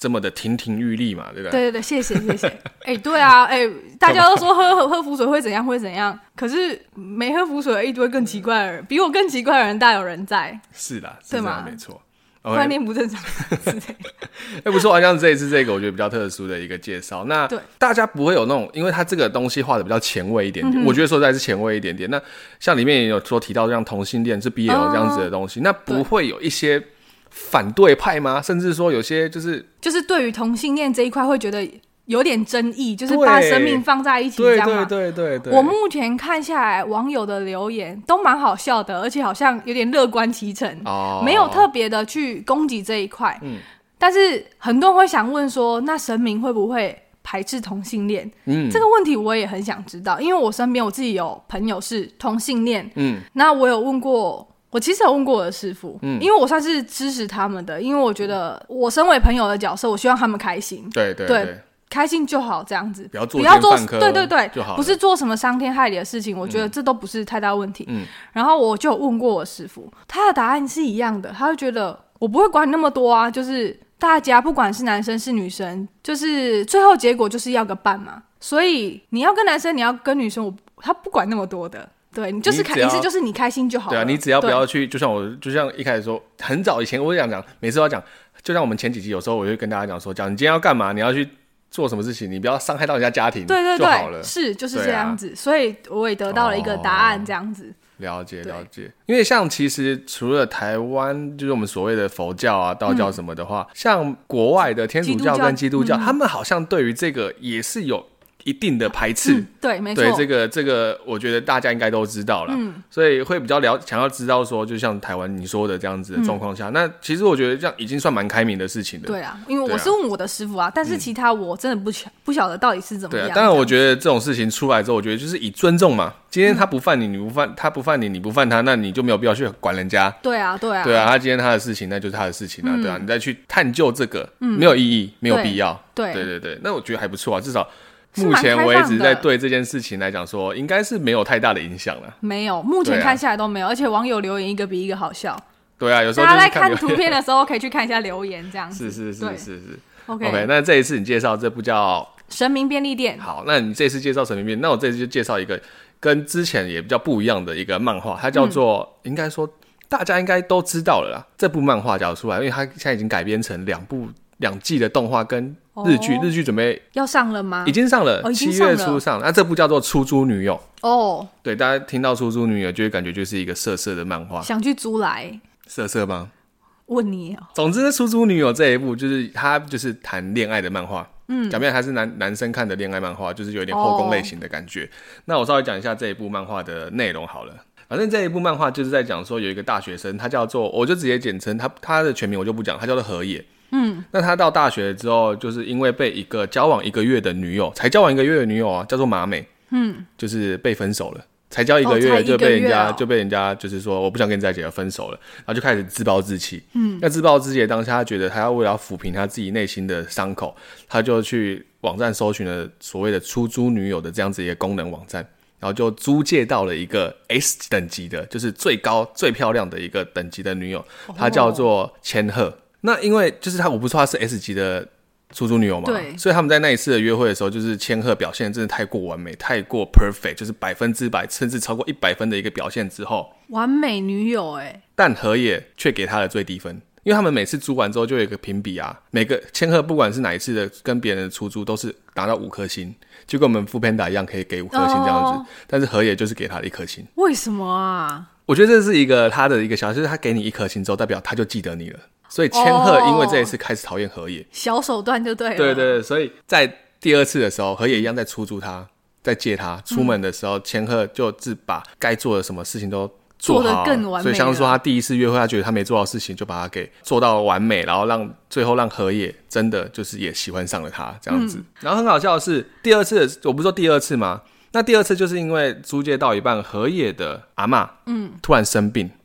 这么的亭亭玉立嘛，对不对？ 对对对，谢谢谢谢。哎、欸，对啊，哎、欸，大家都说喝喝浮水会怎样会怎样，可是没喝浮水的一堆更奇怪的人，比我更奇怪的人大有人在。 是啦，是这样没错。 观念不正常之类的。 哎，不错啊，像这一次这个我觉得比较特殊的一个介绍。那大家不会有那种，因为它这个东西画的比较前卫一点点，嗯、我觉得说实在是前卫一点点。那像里面也有说提到像同性恋是 B L 这样子的东西，哦、那不会有一些反对派吗？甚至说有些就是就是对于同性恋这一块会觉得有点争议，就是把生命放在一起这样吗？ 对对对 对, 对。 我目前看下来，网友的留言都蛮好笑的，而且好像有点乐观其成，哦、没有特别的去攻击这一块。嗯。但是很多人会想问说，那神明会不会排斥同性恋？嗯，这个问题我也很想知道，因为我身边我自己有朋友是同性恋，嗯，那我有问过。我其实有问过我的师父，嗯，因为我算是支持他们的，因为我觉得我身为朋友的角色，我希望他们开心， 对对 对, 对， 开心就好，这样子， 不要做奸犯科， 对对对，不是做什么伤天害理的事情，我觉得这都不是太大问题。嗯，然后我就有问过我师父，他的答案是一样的，他会觉得我不会管你那么多啊，就是大家不管是男生是女生，就是最后结果就是要个伴嘛，所以你要跟男生，你要跟女生，我他不管那么多的。对，你就是开，意思就是你开心就好了。 对啊，你只要不要去，就像我，就像一开始说，很早以前我讲讲，每次都要讲，就像我们前几集有时候我就跟大家讲说，讲你今天要干嘛，你要去做什么事情，你不要伤害到人家家庭， 对对对， 就好了。 是就是这样子，啊、所以我也得到了一个答案，这样子。哦、 了解了解，因为像其实除了台湾，就是我们所谓的佛教啊、道教什么的话，嗯、像国外的天主教跟基督教，嗯、他们好像对于这个也是有一定的排斥，嗯、 对，没错， 对这个这个，我觉得大家应该都知道了，嗯，所以会比较了想要知道说，就像台湾你说的这样子的状况下，嗯、那其实我觉得这样已经算蛮开明的事情了。 对啊，因为我是问我的师父啊，但是其他我真的不晓不晓得到底是怎么样。 对啊，当然我觉得这种事情出来之后，我觉得就是以尊重嘛。今天他不犯你，你不犯他不犯你，你不犯他，那你就没有必要去管人家。 对啊，对啊， 对啊，他今天他的事情，那就是他的事情啊，嗯、对啊，你再去探究这个，嗯、没有意义，没有必要。 对， 对对对，那我觉得还不错啊，至少。目前为止，在对这件事情来讲说，应该是没有太大的影响了。 没有，目前看下来都没有，啊、而且网友留言一个比一个好笑。 对啊，有时候大家在看图片的时候，可以去看一下留言，这样子。 是是是是是。 OK OK， 那这一次你介绍这部叫《 神明便利店》。 好，那你这次介绍神明便利，那我这次就介绍一个跟之前也比较不一样的一个漫画，它叫做，嗯、应该说大家应该都知道了啦。这部漫画讲出来，因为它现在已经改编成两部两季的动画跟。日剧，日剧准备要上了吗？ 已经上了，七、哦、月初上了。那这部叫做《出租女友》 哦。 对，大家听到《出租女友》就会感觉就是一个色色的漫画， 想去租来。 色色吗？ 问你哦。 总之，《出租女友》这一部就是它就是谈恋爱的漫画。嗯，讲白了，它是男男生看的恋爱漫画，就是有点后宫类型的感觉。哦、那我稍微讲一下这一部漫画的内容好了。反正这一部漫画就是在讲说有一个大学生，他叫做，我就直接简称他他的全名我就不讲，他叫做河野。嗯，那他到大学之后，就是因为被一个交往一个月的女友，才交往一个月的女友啊，叫做马美，嗯，就是被分手了，才交一个月就被人家、哦哦、就被人家就是说我不想跟你在一起了，分手了，然后就开始自暴自弃。嗯，那自暴自弃的当下，他觉得他要为了抚平他自己内心的伤口，他就去网站搜寻了所谓的出租女友的这样子一个功能网站。然后就租借到了一个 S 等级的，就是最高最漂亮的一个等级的女友，她叫做千鹤。那因为就是他，我不是说他是 S 级的出租女友嘛，对，所以他们在那一次的约会的时候，就是千鹤表现真的太过完美，太过 perfect， 就是百分之百，甚至超过一百分的一个表现之后， 完美女友哎、欸， 但河野却给他的最低分，因为他们每次租完之后就有一个评比啊，每个千鹤不管是哪一次的跟别人的出租都是拿到五颗星，就跟我们 Foodpanda 一样可以给五颗星这样子，哦、但是河野就是给他的一颗星， 为什么啊？ 我觉得这是一个他的一个小，就是他给你一颗星之后，代表他就记得你了。所以千鹤因为这一次开始讨厌河野、哦，小手段就对了。 对对对，所以在第二次的时候，河野一样在出租他，在借他出门的时候，千鹤就是把该做的什么事情都做好，做得更完美。所以像是说他第一次约会，他觉得他没做到的事情，就把他给做到完美，然后让最后让河野真的就是也喜欢上了他这样子。嗯、然后很好笑的是，第二次我不是说第二次吗？那第二次就是因为租借到一半，河野的阿嬷嗯突然生病。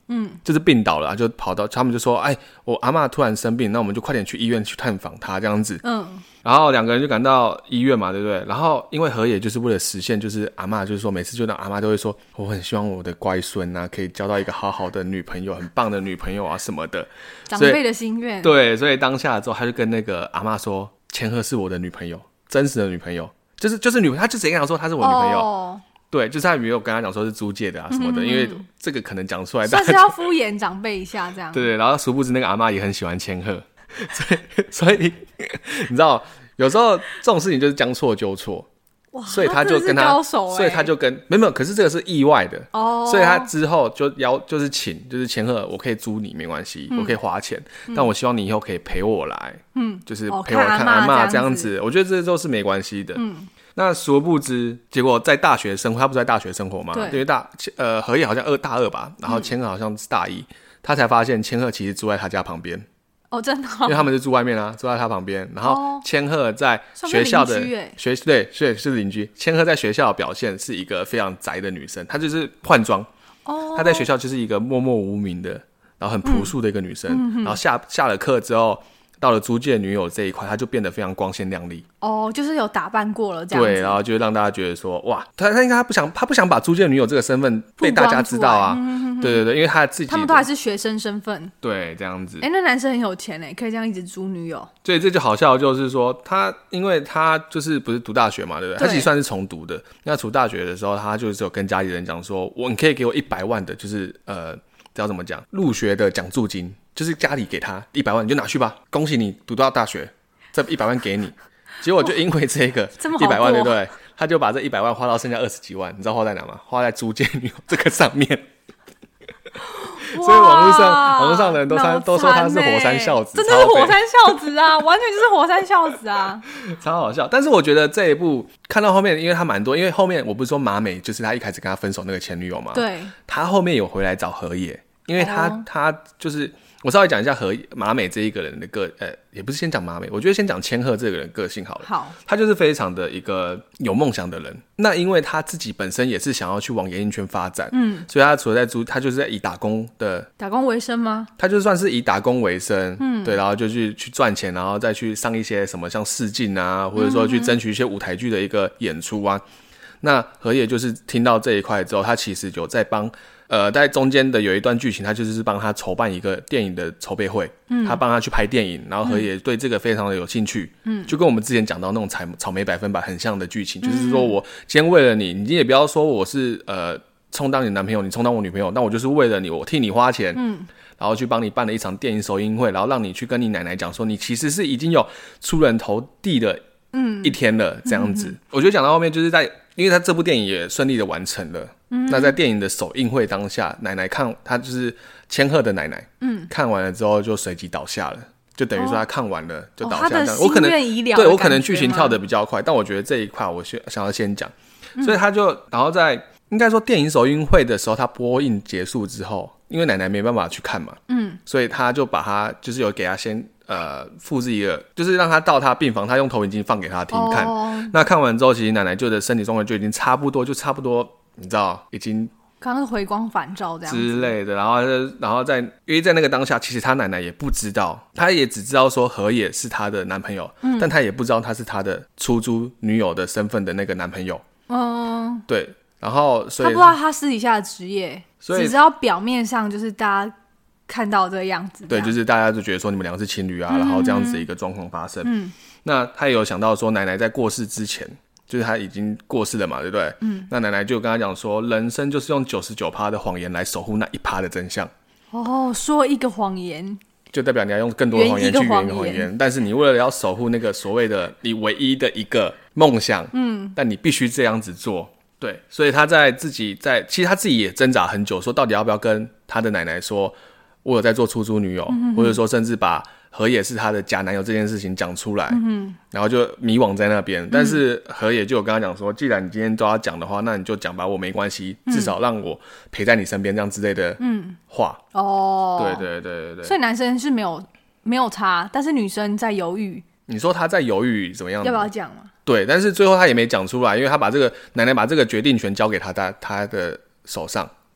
嗯，就是病倒了，就跑到他们就说，哎，我阿嬷突然生病，那我们就快点去医院去探访她这样子。嗯，然后两个人就赶到医院嘛，对不对？然后因为河野就是为了实现，就是阿嬷就是说每次就让阿嬷都会说，我很希望我的乖孙啊可以交到一个好好的女朋友，很棒的女朋友啊什么的， 长辈的心愿。 对，所以当下之后他就跟那个阿嬷说，千鹤是我的女朋友，真实的女朋友，就是就是女朋友，他就直接跟他说她是我女朋友。哦，对，就是他没有跟他讲说是租借的啊什么的，嗯嗯嗯，因为这个可能讲出来， 算是要敷衍长辈一下这样。 对对，然后殊不知那个阿嬷也很喜欢千鹤，所以所以你知道，有时候这种事情就是将错就错。哇，所以他就跟他， 他欸、 所以他就跟没有没有，可是这个是意外的哦，所以他之后就要就是请，就是千鹤，我可以租你没关系，嗯、我可以花钱、嗯，但我希望你以后可以陪我来，嗯，就是陪我看阿嬷这样子、哦，我觉得这都是没关系的，嗯。那殊不知，结果在大学生活，他不是在大学生活嘛？因为大呃河野好像二大二吧，然后千鹤好像是大一、嗯，他才发现千鹤其实住在他家旁边。 哦，真的、哦， 因为他们是住外面啊，住在他旁边。然后千鹤在学校的学对，对是邻居。千鹤在学校的表现是一个非常宅的女生，她就是换装。哦，她在学校就是一个默默无名的，然后很朴素的一个女生。嗯、然后下下了课之后，到了租借女友这一块，她就变得非常光鲜亮丽。 哦，就是有打扮过了这样子。 对，然后就让大家觉得说，哇，他他应该他不想他不想把租借女友这个身份被大家知道啊。嗯、对对对，因为他自己他们都还是学生身份。 对，这样子。 哎，那男生很有钱哎，可以这样一直租女友。 所以这就好笑，就是说他因为他就是不是读大学嘛，对不对？对，他其实算是重读的。那读大学的时候，他就是有跟家里人讲说，我你可以给我一百万的，就是呃，知道怎么讲，入学的奖助金。就是家里给他一百万，你就拿去吧，恭喜你读到大学，这一百万给你。结果就因为这个一百万，对不对？他就把这一百万花到剩下二十几万，你知道花在哪吗？花在租借女友这个上面。所以网络上网络上的人都他都说他是火山孝子， 真的是火山孝子啊，完全就是火山孝子啊， 超好笑。但是我觉得这一部看到后面，因为他蛮多，因为后面我不是说马美就是他一开始跟他分手那个前女友嘛， 对， 他后面有回来找河野，因为他、哦、他就是。我稍微讲一下和马美这一个人的个呃，也不是先讲马美，我觉得先讲千鹤这个人个性好了。 好， 他就是非常的一个有梦想的人。那因为他自己本身也是想要去往演艺圈发展，嗯，所以他除了在租，他就是在以打工的打工为生吗？ 他就算是以打工为生，嗯，对，然后就去去赚钱，然后再去上一些什么像试镜啊，或者说去争取一些舞台剧的一个演出啊。嗯、那河野就是听到这一块之后，他其实有在帮。呃，在中间的有一段剧情，他就是帮他筹办一个电影的筹备会，嗯，他帮他去拍电影，然后河野对这个非常的有兴趣，嗯，就跟我们之前讲到那种草草莓百分百很像的剧情，嗯、就是说我今天为了你，你也不要说我是呃充当你男朋友，你充当我女朋友，那我就是为了你，我替你花钱，嗯，然后去帮你办了一场电影首映会，然后让你去跟你奶奶讲说，你其实是已经有出人头地的一天了，嗯、这样子。嗯、我觉得讲到后面就是在，因为他这部电影也顺利的完成了。嗯、那在电影的首映会当下，奶奶看她就是千鹤的奶奶，嗯，看完了之后就随即倒下了，就等于说她看完了、哦、就倒下。这样、哦、我可能对我可能剧情跳得比较快，但我觉得这一块我想要先讲，嗯、所以他就然后在应该说电影首映会的时候，他播映结束之后，因为奶奶没办法去看嘛，嗯，所以他就把他就是有给他先。呃，复制一个，就是让他到他病房，他用投影机放给他听看。Oh. 那看完之后，其实奶奶就的身体状况就已经差不多，就差不多，你知道，已经刚刚是回光返照这样之类的。然后，然后在因为在那个当下，其实他奶奶也不知道，他也只知道说河野是他的男朋友，嗯、但他也不知道他是他的出租女友的身份的那个男朋友。嗯， oh. 对。然后，所以他不知道他私底下的职业，只知道表面上就是大家。看到这个样子， 对，就是大家就觉得说你们两个是情侣啊，嗯、然后这样子的一个状况发生。嗯，那他也有想到说，奶奶在过世之前，就是他已经过世了嘛，对不对？嗯，那奶奶就跟他讲说，人生就是用 百分之九十九 的谎言来守护那一趴的真相。 哦，说一个谎言， 就代表你要用更多的谎言去圆一个谎言，但是你为了要守护那个所谓的你唯一的一个梦想，嗯，但你必须这样子做。对，所以他在自己在，其实他自己也挣扎很久，说到底要不要跟他的奶奶说。我有在做出租女友、嗯、或者说甚至把河野是他的假男友这件事情讲出来、嗯、然后就迷惘在那边、嗯、但是河野就有跟他讲说，既然你今天都要讲的话，那你就讲吧，我没关系、嗯、至少让我陪在你身边这样之类的话、嗯、哦，对对对对对， 所以男生是没有没有差，但是女生在犹豫。 你说他在犹豫怎么样？ 要不要讲嘛？ 对，但是最后他也没讲出来，因为他把这个奶奶把这个决定权交给他他他的手上，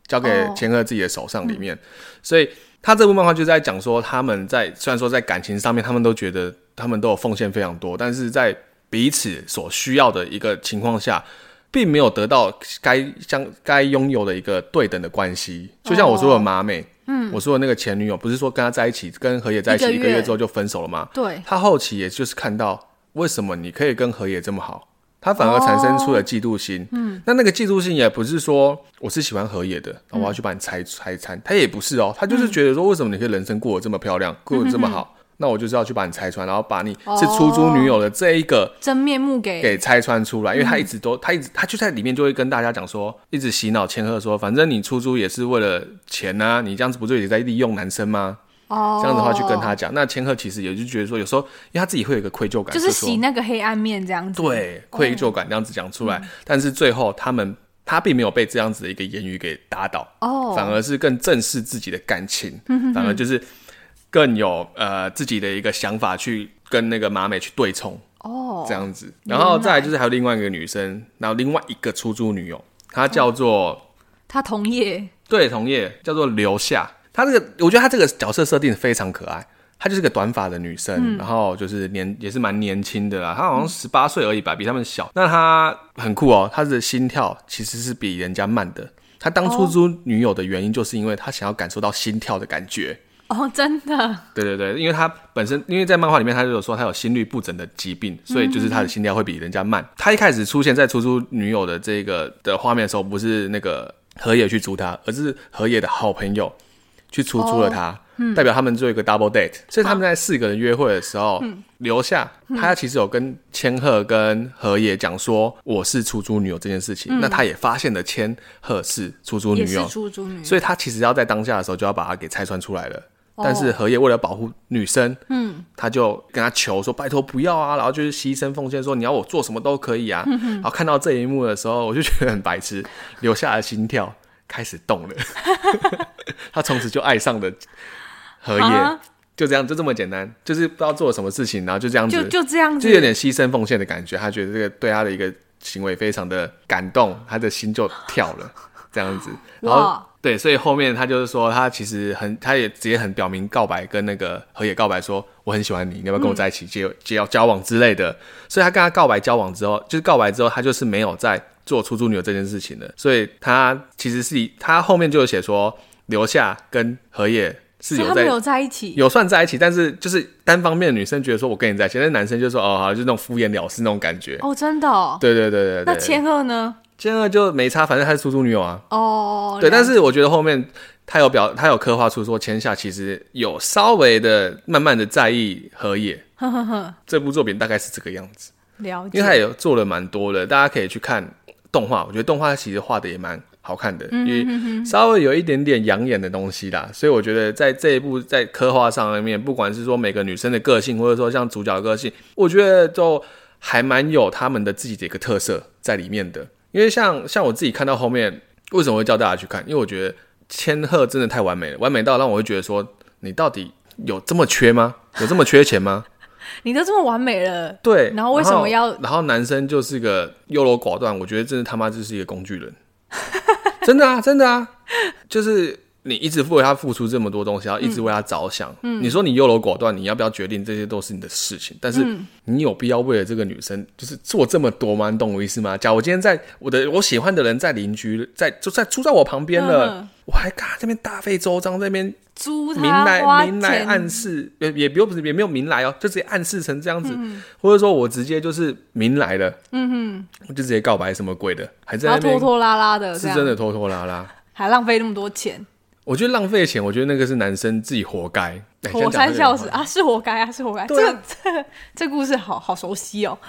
交给千鹤自己的手上里面，哦嗯、所以他这部漫画就在讲说，他们在虽然说在感情上面，他们都觉得他们都有奉献非常多，但是在彼此所需要的一个情况下，并没有得到该相该拥有的一个对等的关系。就像我说的麻美，哦、嗯，我说的那个前女友，不是说跟他在一起，跟河野在一起一个月之后就分手了吗？ 对， 他后期也就是看到为什么你可以跟河野这么好。他反而产生出了嫉妒心，哦、嗯，那那个嫉妒心也不是说我是喜欢河野的，然后我要去把你拆拆穿，他也不是哦，他就是觉得说为什么你可以人生过得这么漂亮，嗯、过得这么好，嗯、那我就是要去把你拆穿，然后把你是出租女友的这一个真面目给给拆穿出来，因为他一直都他一直他就在里面就会跟大家讲说，一直洗脑千鹤说，反正你出租也是为了钱啊，你这样子不就也在利用男生吗？哦，这样的话去跟他讲，那千鹤其实也就觉得说，有时候因为他自己会有一个愧疚感， 就是洗那个黑暗面这样子， 对，愧疚感这样子讲出来，嗯、但是最后他们他并没有被这样子的一个言语给打倒，哦，反而是更正视自己的感情，嗯、反而就是更有呃自己的一个想法去跟那个麻美去对冲，哦，这样子，然后再来就是还有另外一个女生，然后另外一个出租女友，她叫做、哦、 她同业， 对，同业叫做留夏。她这个，我觉得她这个角色设定非常可爱。她就是个短发的女生，嗯、然后就是年也是蛮年轻的啦。她好像十八岁而已吧，比他们小。那她很酷哦，她的心跳其实是比人家慢的。她当出租女友的原因，就是因为她想要感受到心跳的感觉。 哦，真的？对对对，因为她本身，因为在漫画里面，她就有说她有心律不整的疾病，所以就是她的心跳会比人家慢。她一开始出现在出租女友的这个的画面的时候，不是那个河野去租她，而是河野的好朋友去出租了他，哦嗯、代表他们做一个 double date， 所以他们在四个人约会的时候，嗯、留下他其实有跟千鹤跟河野讲说我是出租女友这件事情，嗯、那他也发现了千鹤是出租女友， 也是出租女友， 所以他其实要在当下的时候就要把他给拆穿出来了。哦、但是河野为了保护女生，嗯，他就跟他求说拜托不要啊，然后就是牺牲奉献说你要我做什么都可以啊。嗯、然后看到这一幕的时候，我就觉得很白痴，留下的心跳开始动了，他从此就爱上了河野，就这样，就这么简单，就是不知道做了什么事情，然后就这样子， 就就这样子， 就有点牺牲奉献的感觉。他觉得这个对他的一个行为非常的感动，他的心就跳了，这样子。然后对，所以后面他就是说，他其实很，他也直接很表明告白，跟那个河野告白说，我很喜欢你，你要不要跟我在一起接接交往之类的。所以他跟他告白交往之后，就是告白之后，他就是没有在做出租女友这件事情的，所以他其实是他后面就有写说，留下跟河野是有在， 他们有在一起， 有算在一起，但是就是单方面的女生觉得说我跟你在一起，但是男生就说哦好，就是那种敷衍了事那种感觉。 哦，真的哦。 对对对对对。 那千鹤呢？ 千鹤就没差，反正他是出租女友啊。哦。对，但是我觉得后面他有表，他有刻画出说千夏其实有稍微的慢慢的在意河野。呵呵呵。这部作品大概是这个样子。 了解。 因为他也做了蛮多的，大家可以去看动画，我觉得动画其实画的也蛮好看的，嗯、因为稍微有一点点养眼的东西啦，所以我觉得在这一部在刻画上面，不管是说每个女生的个性，或者说像主角的个性，我觉得都还蛮有他们的自己的一个特色在里面的。因为像像我自己看到后面，为什么会叫大家去看？因为我觉得千鹤真的太完美了，完美到让我会觉得说，你到底有这么缺吗？有这么缺钱吗？ 你都这么完美了， 对， 然后为什么要？ 然后, 然后男生就是个优柔寡断，我觉得真的他妈就是一个工具人，真的啊，真的啊，就是你一直为他付出这么多东西，然后一直为他着想。嗯、你说你优柔寡断，你要不要决定这些都是你的事情，但是你有必要为了这个女生就是做这么多吗？你懂我意思吗？假如我今天在我的我喜欢的人在邻居在就在住在我旁边了，嗯、我还跟他这边大费周章这边。 租他明来明来暗示，也也不用也没有明来哦，就直接暗示成这样子，嗯、或者说我直接就是明来了，嗯哼，我就直接告白什么鬼的，还在那边拖拖拉拉的， 是真的拖拖拉拉， 还浪费那么多钱。 我觉得浪费钱，我觉得那个是男生自己活该。 火山孝子啊，是活该啊，是活该。啊、这个这个这故事好好熟悉哦。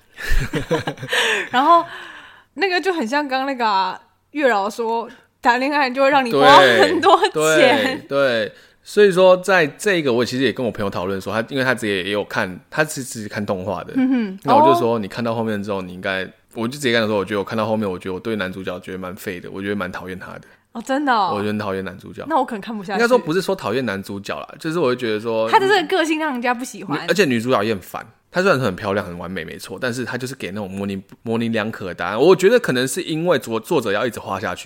然后那个就很像刚刚那个、啊、月老说。谈恋爱就会让你花很多钱， 对 对, 对，所以说在这个我其实也跟我朋友讨论说，他因为他自己也有看，他是自己看动画的，嗯哼，那我就说、哦、你看到后面之后，你应该，我就直接跟他说，我觉得我看到后面，我觉得我对男主角觉得蛮废的，我觉得蛮讨厌他的。 哦，真的哦， 我觉得很讨厌男主角。 那我可能看不下去。 应该说不是说讨厌男主角啦，就是我会觉得说他的这个个性让人家不喜欢， 而且女主角也很烦。她虽然很漂亮很完美没错，但是她就是给那种模棱模棱两可的答案。我觉得可能是因为作作者要一直画下去。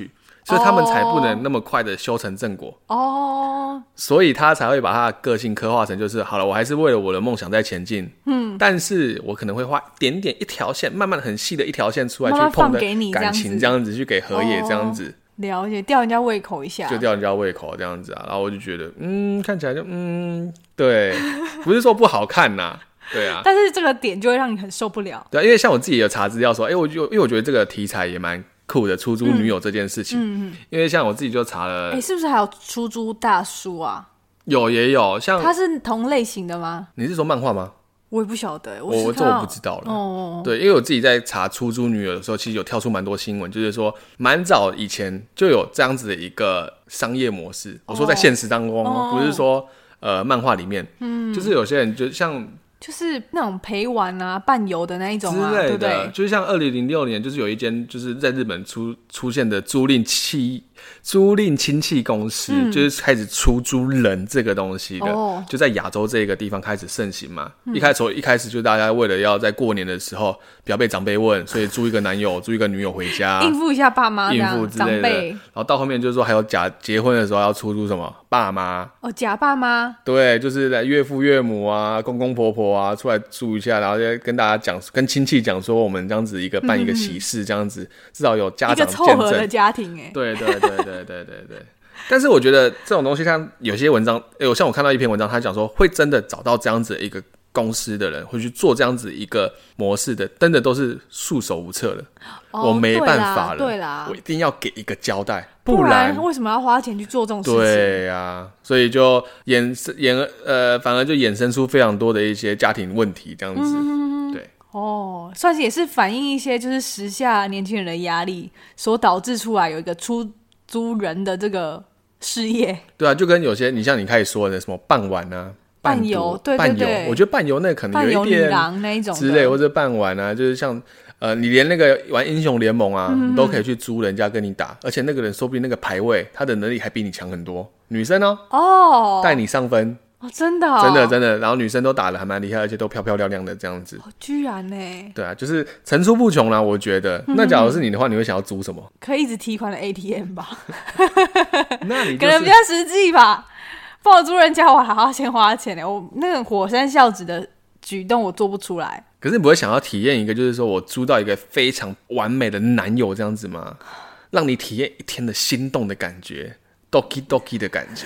所以他们才不能那么快的修成正果哦， 所以他才会把他的个性刻画成就是好了，我还是为了我的梦想在前进，嗯，但是我可能会画点点一条线，慢慢很细的一条线出来慢慢去碰的放给你感情，这样子去给河野这样子。 了解，吊人家胃口一下， 就吊人家胃口这样子啊，然后我就觉得，嗯，看起来就嗯，对，不是说不好看呐、啊，对啊， 但是这个点就会让你很受不了。 对啊，因为像我自己有查资料说，哎、欸，我就因为我觉得这个题材也蛮酷的，出租女友这件事情，嗯嗯，因为像我自己就查了， 哎、欸，是不是还有出租大叔啊？ 有也有，像他是同类型的吗？ 你是说漫画吗？ 我也不晓得， 我我这我不知道了。哦，对，因为我自己在查出租女友的时候，其实有跳出蛮多新闻，就是说蛮早以前就有这样子的一个商业模式。哦、我说在现实当中，哦、不是说呃漫画里面，嗯，就是有些人就像。 就是那种陪玩啊、伴游的那一种啊， 之类的， 对不对？ 就是像二零零六年，就是有一间就是在日本出出现的租赁器租赁亲戚公司、嗯，就是开始出租人这个东西的，哦、就在亚洲这个地方开始盛行嘛。嗯、一开始一开始就大家为了要在过年的时候不要被长辈问，所以租一个男友、租一个女友回家， 应付一下爸妈， 应付之类的。然后到后面就是说还有假结婚的时候要出租什么爸妈哦，假爸妈， 对，就是来岳父岳母啊、公公婆婆啊出来住一下，然后就跟大家讲、跟亲戚讲说我们这样子一个办一个喜事，这样子、嗯、至少有家长见证， 一个凑合的家庭哎。 对对对对对对对。但是我觉得这种东西，像有些文章，欸、像我看到一篇文章，他讲说会真的找到这样子的一个公司的人，会去做这样子一个模式的，真的都是束手无策了。哦、我没办法了， 对啦， 我一定要给一个交代， 不然为什么要花钱去做这种事情？ 对呀、啊，所以就衍衍呃，反而就衍生出非常多的一些家庭问题，这样子。嗯、对， 哦，算是也是反映一些就是时下年轻人的压力所导致出来有一个出租人的这个事业。 对啊，就跟有些你像你开始说的什么傍晚啊。 伴游，对对对， 伴游，我觉得伴游那可能有一点女郎那一种之类，或者傍晚啊，就是像呃，你连那个玩英雄联盟啊，嗯、你都可以去租人家跟你打，而且那个人说不定那个排位他的能力还比你强很多，女生哦，哦，带你上分哦，真的、哦， 真的真的，然后女生都打得还蛮厉害，而且都漂漂亮亮的这样子， 哦、居然呢， 对啊，就是层出不穷啦，我觉得。嗯、那假如是你的话，你会想要租什么？ 可以一直提款的 A T M 吧， 那你、就是、 可能比较实际吧。不好租人家，我还要先花钱呢。我那个火山孝子的举动，我做不出来。 可是你不会想要体验一个，就是说我租到一个非常完美的男友这样子吗？让你体验一天的心动的感觉 ，doki doki 的感觉。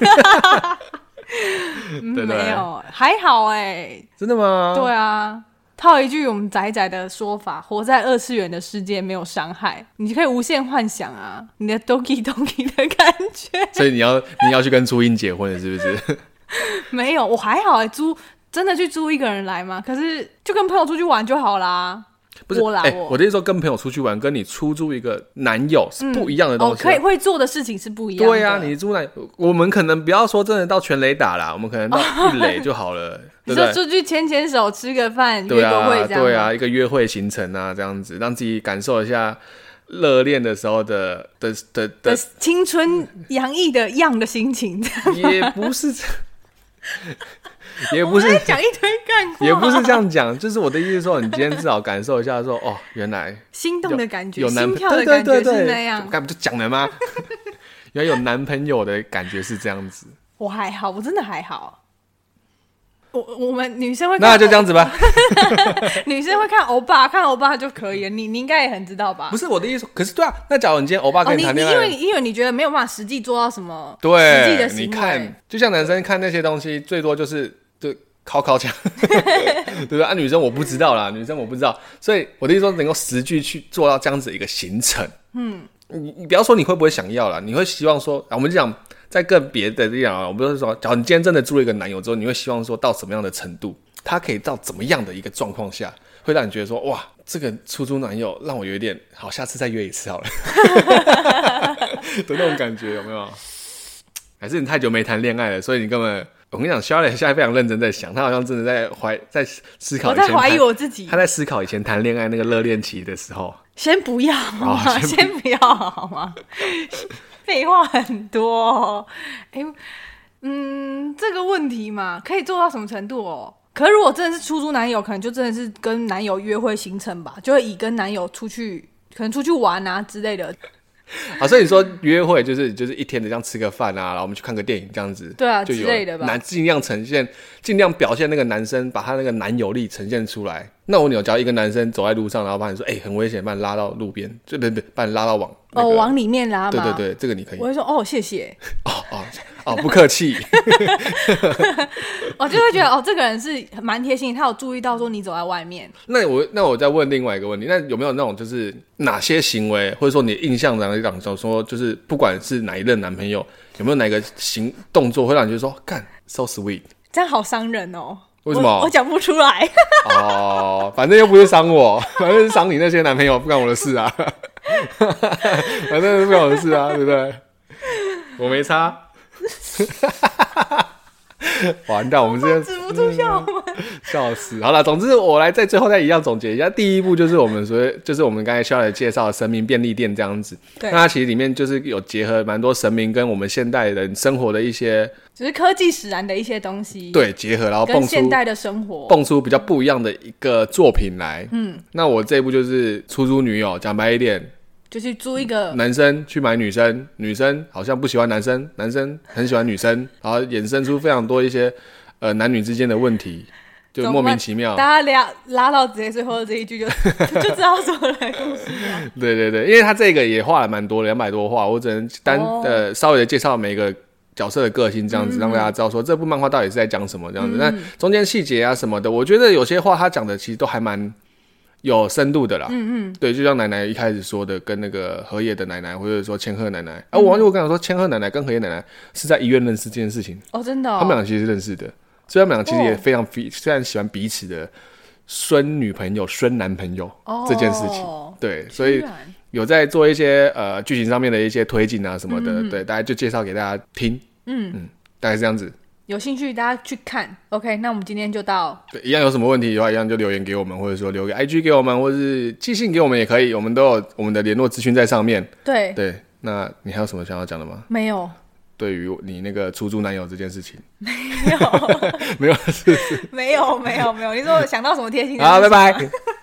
对对， 没有，还好哎。 真的吗？ 对啊。套一句我们宅宅的说法，活在二次元的世界没有伤害，你可以无限幻想啊，你的 doki doki 的感觉。 所以你要你要去跟初音结婚了，是不是？ 没有，我还好哎、欸，租真的去租一个人来嘛？可是就跟朋友出去玩就好啦。 不是，我啦，欸、我我的意思说，跟朋友出去玩，跟你出租一个男友是不一样的东西、啊嗯哦。 可以会做的事情是不一样的。 对啊，你租男，我们可能不要说真的到全垒打啦，我们可能到一垒就好了。 你说出去牵牵手、吃个饭、约个会这样。 对啊，一个约会行程啊，这样子让自己感受一下热恋的时候的的的 的, 的青春洋溢的样的心情。 也不是这。也不是讲一堆干话， 也不是这样讲，就是我的意思是说，你今天至少感受一下说，哦，原来心动的感觉， 有男心跳的感觉是那样。 我刚不就讲了吗？原来有男朋友的感觉是这样子。 我还好，我真的还好。我我们女生会看那就这样子吧。 女生会看欧巴，看欧巴就可以了。你你应该也很知道吧？ 不是我的意思，可是对啊。那假如你今天欧巴跟你谈恋爱、 哦，因为因为你觉得没有办法实际做到什么对实际的行为， 你看，就像男生看那些东西，最多就是就靠靠墙，对不对啊？女生我不知道啦，女生我不知道，所以我的意思说，能够实际去做到这样子一个行程，嗯，你你不要说你会不会想要啦，你会希望说，啊、我们就讲。在更别的地方，我不是说，假如你今天真的租了一个男友之后，你会希望说到什么样的程度，他可以到怎么样的一个状况下，会让你觉得说，哇，这个出租男友让我有一点好，下次再约一次好了的那种感觉，有没有？还是你太久没谈恋爱了，所以你根本，我跟你讲 ，Charlotte 现在非常认真在想，他好像真的在怀在思考以前， 我在怀疑我自己， 他在思考以前谈恋爱那个热恋期的时候。 先不要好吗？哦、先, 先不要好吗？废话很多、哦，哎、欸，嗯，这个问题嘛，可以做到什么程度哦？可是如果真的是出租男友，可能就真的是跟男友约会行程吧，就会以跟男友出去，可能出去玩啊之类的。 啊，所以你说约会就是就是一天的这样吃个饭啊，然后我们去看个电影这样子， 对啊就有之类的吧， 男尽量呈现，尽量表现那个男生把他那个男友力呈现出来。那我有只要一个男生走在路上，然后把你说哎、欸、很危险，把你拉到路边，就不不把你拉到往、那个、 哦往里面拉嘛， 对对对，这个你可以。 我会说哦谢谢， 哦哦哦不客气， 我就会觉得哦这个人是蛮贴心，他有注意到说你走在外面。 那我那我再问另外一个问题，那有没有那种就是哪些行为，或者说你的印象当中说，就是不管是哪一任男朋友，有没有哪个行动作会让你觉得说干 so sweet？ 这样好伤人哦。 为什么？ 我讲不出来。 哦，反正又不是伤我，反正是伤你那些男朋友，不关我的事啊。反正是不关我的事啊，对不对？我没差。完蛋，我们这边止不住笑吗？ 笑死！好了，总之我来在最后再一样总结一下。第一步就是我们所谓，就是我们刚才肖来介绍的神明便利店这样子。 对， 那它其实里面就是有结合蛮多神明跟我们现代人生活的一些， 只是科技使然的一些东西。 对，结合然后蹦出跟现代的生活， 蹦出比较不一样的一个作品来。嗯，那我这一部就是出租女友，讲白一点。 就去租一个男生去买女生，女生好像不喜欢男生，男生很喜欢女生，然后衍生出非常多一些呃男女之间的问题，就莫名其妙。 大家拉拉到直接最后的这一句就就知道说了故事了。 对对对，因为他这个也画了蛮多，两百多画，我只能单、哦、呃稍微的介绍每个角色的个性，这样子、嗯、让大家知道说这部漫画到底是在讲什么这样子。那、嗯、中间细节啊什么的，我觉得有些话他讲的其实都还蛮有深度的啦。嗯嗯，对，就像奶奶一开始说的，跟那个荷叶的奶奶，或者说千鹤奶奶，啊，我忘记我刚才说千鹤奶奶跟荷叶奶奶是在医院认识这件事情。 哦，真的、哦， 他们俩其实是认识的，所以他们俩其实也非常非常喜欢彼此的孙女朋友、孙男朋友、哦、这件事情。对，所以有在做一些呃剧情上面的一些推进啊什么的，嗯嗯对，大家就介绍给大家听。嗯嗯，大概是这样子。 有兴趣大家去看 OK， 那我们今天就到对，一样有什么问题的话一样就留言给我们，或者说留个 I G 给我们，或者是寄信给我们也可以，我们都有我们的联络资讯在上面。 对对，那你还有什么想要讲的吗？ 没有。 对于你那个出租男友这件事情没有没有是不是没有没有没有，你说我想到什么贴心的好拜拜